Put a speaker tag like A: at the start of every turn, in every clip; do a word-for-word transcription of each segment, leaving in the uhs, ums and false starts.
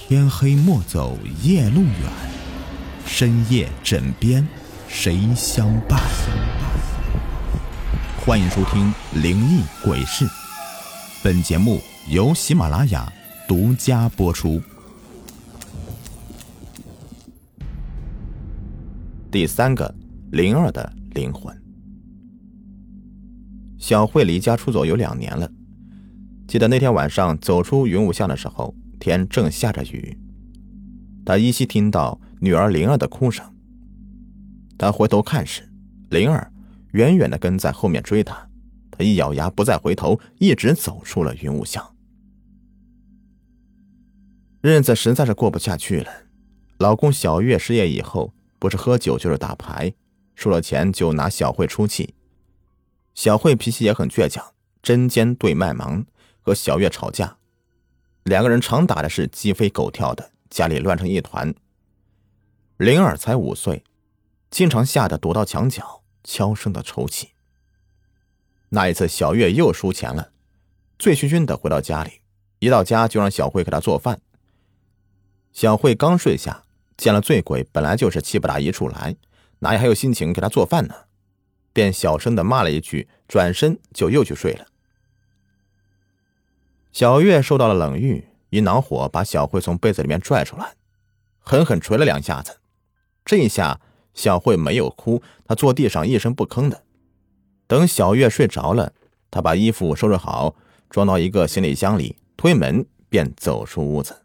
A: 天黑莫走夜路远，深夜枕边谁相伴？欢迎收听灵异鬼事，本节目由喜马拉雅独家播出。第三个，灵儿的灵魂。小慧离家出走有两年了，记得那天晚上走出云雾巷的时候，天正下着雨，她依稀听到女儿灵儿的哭声。她回头看时，灵儿远远地跟在后面追她，她一咬牙不再回头，一直走出了云雾巷。日子实在是过不下去了，老公小月失业以后，不是喝酒就是打牌，输了钱就拿小慧出气。小慧脾气也很倔强，针尖对麦芒，和小月吵架，两个人常打的是鸡飞狗跳的，家里乱成一团。灵儿才五岁，经常吓得躲到墙角，悄声的抽泣。那一次小月又输钱了，醉醺醺的回到家里，一到家就让小慧给她做饭。小慧刚睡下，见了醉鬼本来就是气不打一处来，哪里还有心情给她做饭呢，便小声的骂了一句，转身就又去睡了。小月受到了冷遇，一恼火把小慧从被子里面拽出来，狠狠捶了两下子。这一下小慧没有哭，她坐地上一声不吭的。等小月睡着了，她把衣服收拾好，装到一个行李箱里，推门便走出屋子。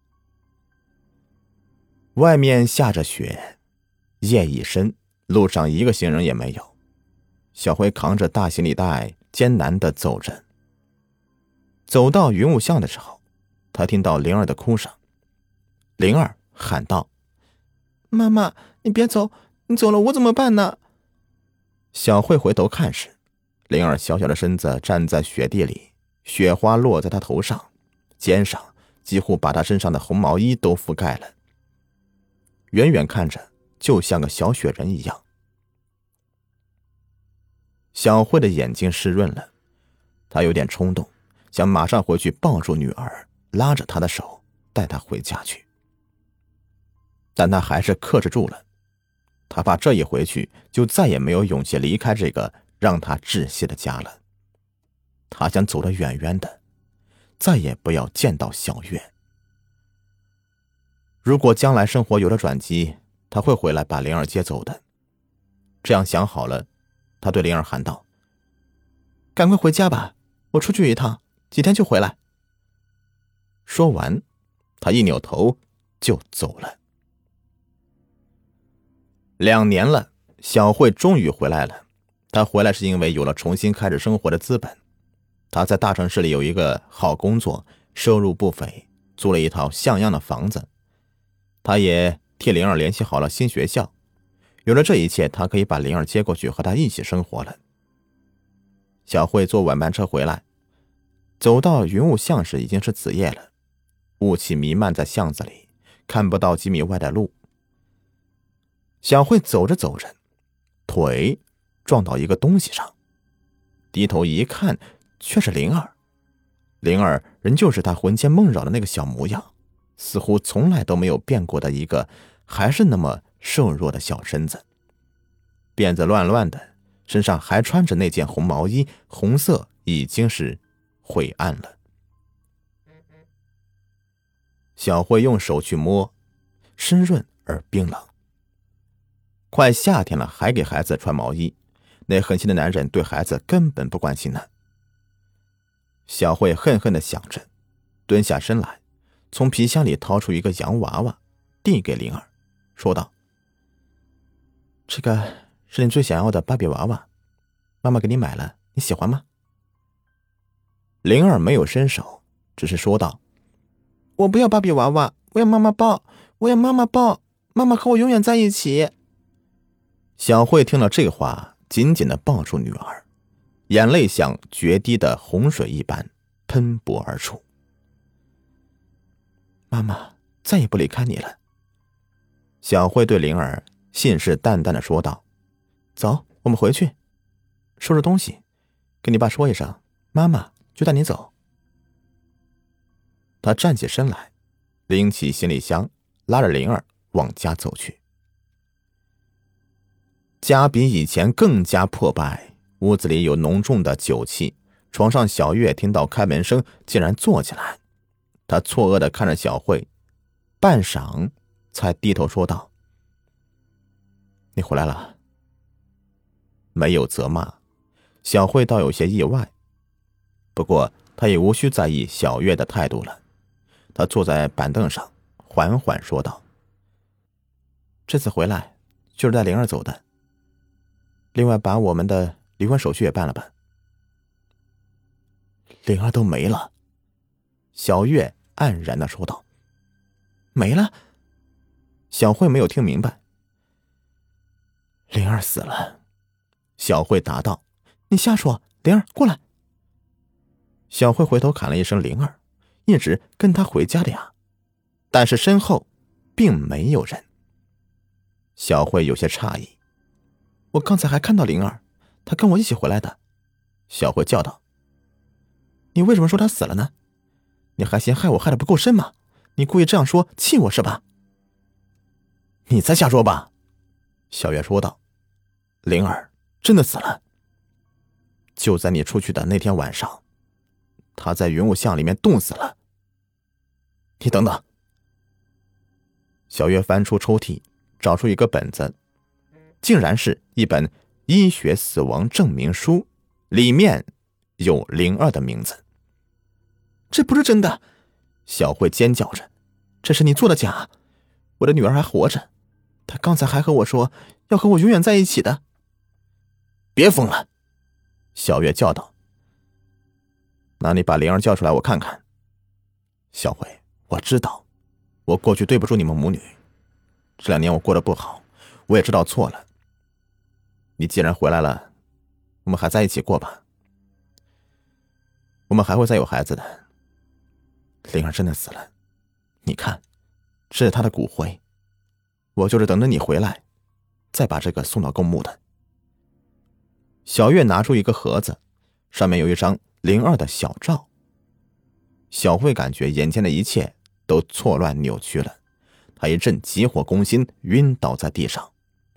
A: 外面下着雪，夜已深，路上一个行人也没有。小慧扛着大行李袋艰难地走着。走到云雾巷的时候，她听到灵儿的哭声。灵儿喊道：妈妈，你别走，你走了我怎么办呢？小慧回头看时，灵儿小小的身子站在雪地里，雪花落在她头上，肩上几乎把她身上的红毛衣都覆盖了，远远看着就像个小雪人一样。小慧的眼睛湿润了，她有点冲动，想马上回去抱住女儿，拉着她的手带她回家去。但她还是克制住了，她怕这一回去就再也没有勇气离开这个让她窒息的家了。她想走得远远的，再也不要见到小月。如果将来生活有了转机，她会回来把灵儿接走的。这样想好了，她对灵儿喊道：赶快回家吧，我出去一趟，几天就回来。说完，她一扭头就走了。两年了，小慧终于回来了。她回来是因为有了重新开始生活的资本。她在大城市里有一个好工作，收入不菲，租了一套像样的房子。她也替灵儿联系好了新学校，有了这一切，她可以把灵儿接过去和她一起生活了。小慧坐晚班车回来，走到云雾巷时已经是子夜了，雾气弥漫在巷子里，看不到几米外的路。小慧走着走着，腿撞到一个东西上，低头一看，却是灵儿。灵儿仍旧是她魂牵梦绕的那个小模样，似乎从来都没有变过的一个还是那么瘦弱的小身子，辫子乱乱的，身上还穿着那件红毛衣，红色已经是晦暗了。小慧用手去摸，湿润而冰冷。快夏天了还给孩子穿毛衣，那狠心的男人对孩子根本不关心呢。小慧恨恨地想着，蹲下身来，从皮箱里掏出一个洋娃娃，递给灵儿，说道：这个是你最想要的芭比娃娃，妈妈给你买了，你喜欢吗？灵儿没有伸手，只是说道：我不要芭比娃娃，我要妈妈抱，我要妈妈抱，妈妈和我永远在一起。小慧听了这话，紧紧地抱住女儿，眼泪像决堤的洪水一般喷薄而出。妈妈再也不离开你了。小慧对灵儿信誓旦旦地说道：走，我们回去，收拾东西，跟你爸说一声，妈妈就带你走。她站起身来， 拎起行李箱，拉着灵儿往家走去。家比以前更加破败，屋子里有浓重的酒气。床上小月听到开门声，竟然坐起来。她错愕地看着小慧，半晌才低头说道：“你回来了。”没有责骂，小慧倒有些意外，不过她也无需在意小月的态度了。她坐在板凳上，缓缓说道：“这次回来就是带灵儿走的，另外把我们的离婚手续也办了办。”灵儿都没了，小月黯然地说道。没了？小慧没有听明白。灵儿死了，小慧答道。你瞎说，灵儿过来。小慧回头喊了一声灵儿，一直跟她回家的呀，但是身后并没有人。小慧有些诧异，我刚才还看到灵儿，她跟我一起回来的。小慧叫道。你为什么说她死了呢？你还嫌害我害得不够深吗？你故意这样说气我是吧？你才瞎说吧，小月说道。灵儿真的死了，就在你出去的那天晚上，她在云雾巷里面冻死了。你等等。小月翻出抽屉，找出一个本子，竟然是一本医学死亡证明书，里面有灵儿的名字。这不是真的！小慧尖叫着，这是你做的假，我的女儿还活着，她刚才还和我说要和我永远在一起的。别疯了！小月叫道。那你把灵儿叫出来我看看。小慧，我知道我过去对不住你们母女，这两年我过得不好，我也知道错了。你既然回来了，我们还在一起过吧，我们还会再有孩子的。灵儿真的死了，你看，这是她的骨灰，我就是等着你回来再把这个送到公墓的。小月拿出一个盒子，上面有一张灵儿的小照。小慧感觉眼前的一切都错乱扭曲了，她一阵急火攻心，晕倒在地上。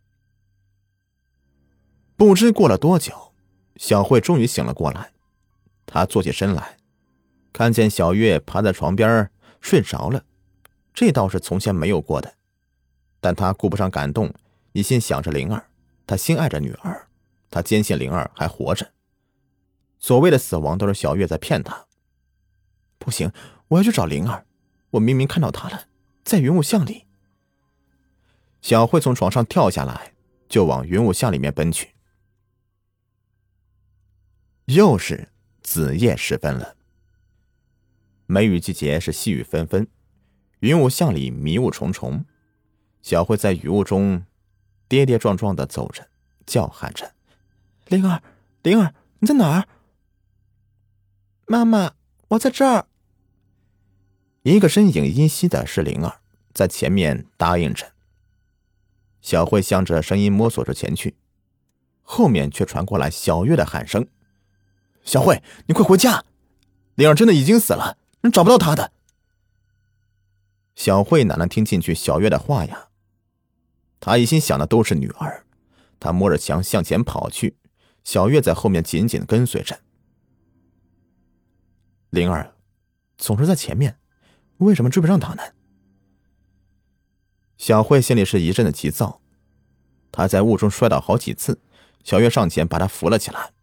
A: 不知过了多久，小慧终于醒了过来。她坐起身来，看见小月趴在床边睡着了，这倒是从前没有过的。但她顾不上感动，一心想着灵儿，她心爱着女儿，她坚信灵儿还活着。所谓的死亡都是小月在骗她。不行，我要去找灵儿，我明明看到她了，在云雾巷里。小慧从床上跳下来，就往云雾巷里面奔去。又是子夜时分了，梅雨季节是细雨纷纷，云雾巷里迷雾重重。小慧在雨雾中跌跌撞撞地走着，叫喊着：“灵儿，灵儿，你在哪儿？”“妈妈，我在这儿。”一个身影依稀的是灵儿，在前面答应着。小慧向着声音摸索着前去，后面却传过来小月的喊声：“小慧，你快回家！灵儿真的已经死了，人找不到她的。”小慧哪能听进去小月的话呀？她一心想的都是女儿，她摸着墙向前跑去，小月在后面紧紧跟随着。灵儿总是在前面，为什么追不上她呢？小慧心里是一阵的急躁，她在雾中摔倒好几次，小月上前把她扶了起来。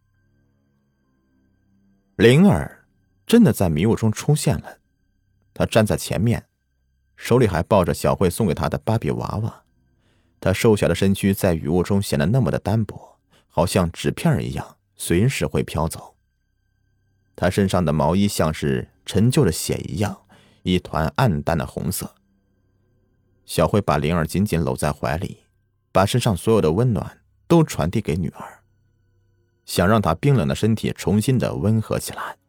A: 灵儿真的在迷雾中出现了，她站在前面，手里还抱着小慧送给她的芭比娃娃。她瘦小的身躯在雨雾中显得那么的单薄，好像纸片一样，随时会飘走。她身上的毛衣像是陈旧的血一样，一团暗淡的红色。小慧把灵儿紧紧搂在怀里，把身上所有的温暖都传递给女儿，想让她冰冷的身体重新的温和起来。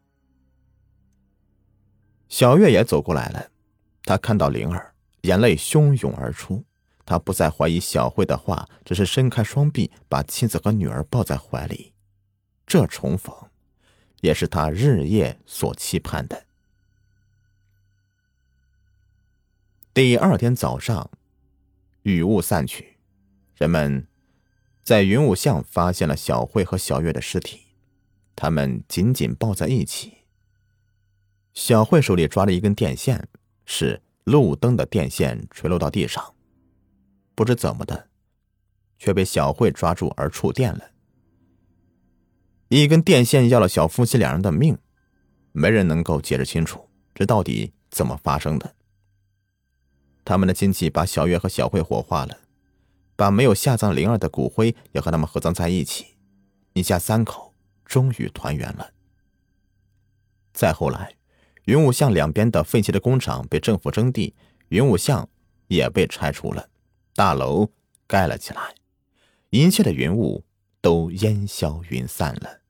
A: 小月也走过来了，她看到灵儿，眼泪汹涌而出。她不再怀疑小慧的话，只是伸开双臂，把妻子和女儿抱在怀里。这重逢也是她日夜所期盼的。 第二天早上，雨雾散去，人们在云雾巷发现了小慧和小月的尸体，他们紧紧抱在一起。小慧手里抓着一根电线，是路灯的电线垂落到地上，不知怎么的，却被小慧抓住而触电了。一根电线要了小夫妻两人的命，没人能够解释清楚这到底怎么发生的。他们的亲戚把小月和小慧火化了，把没有下葬灵儿的骨灰也和他们合葬在一起，一家三口终于团圆了。再后来，云雾巷两边的废弃的工厂被政府征地，云雾巷也被拆除了，大楼盖了起来，一切的云雾都烟消云散了。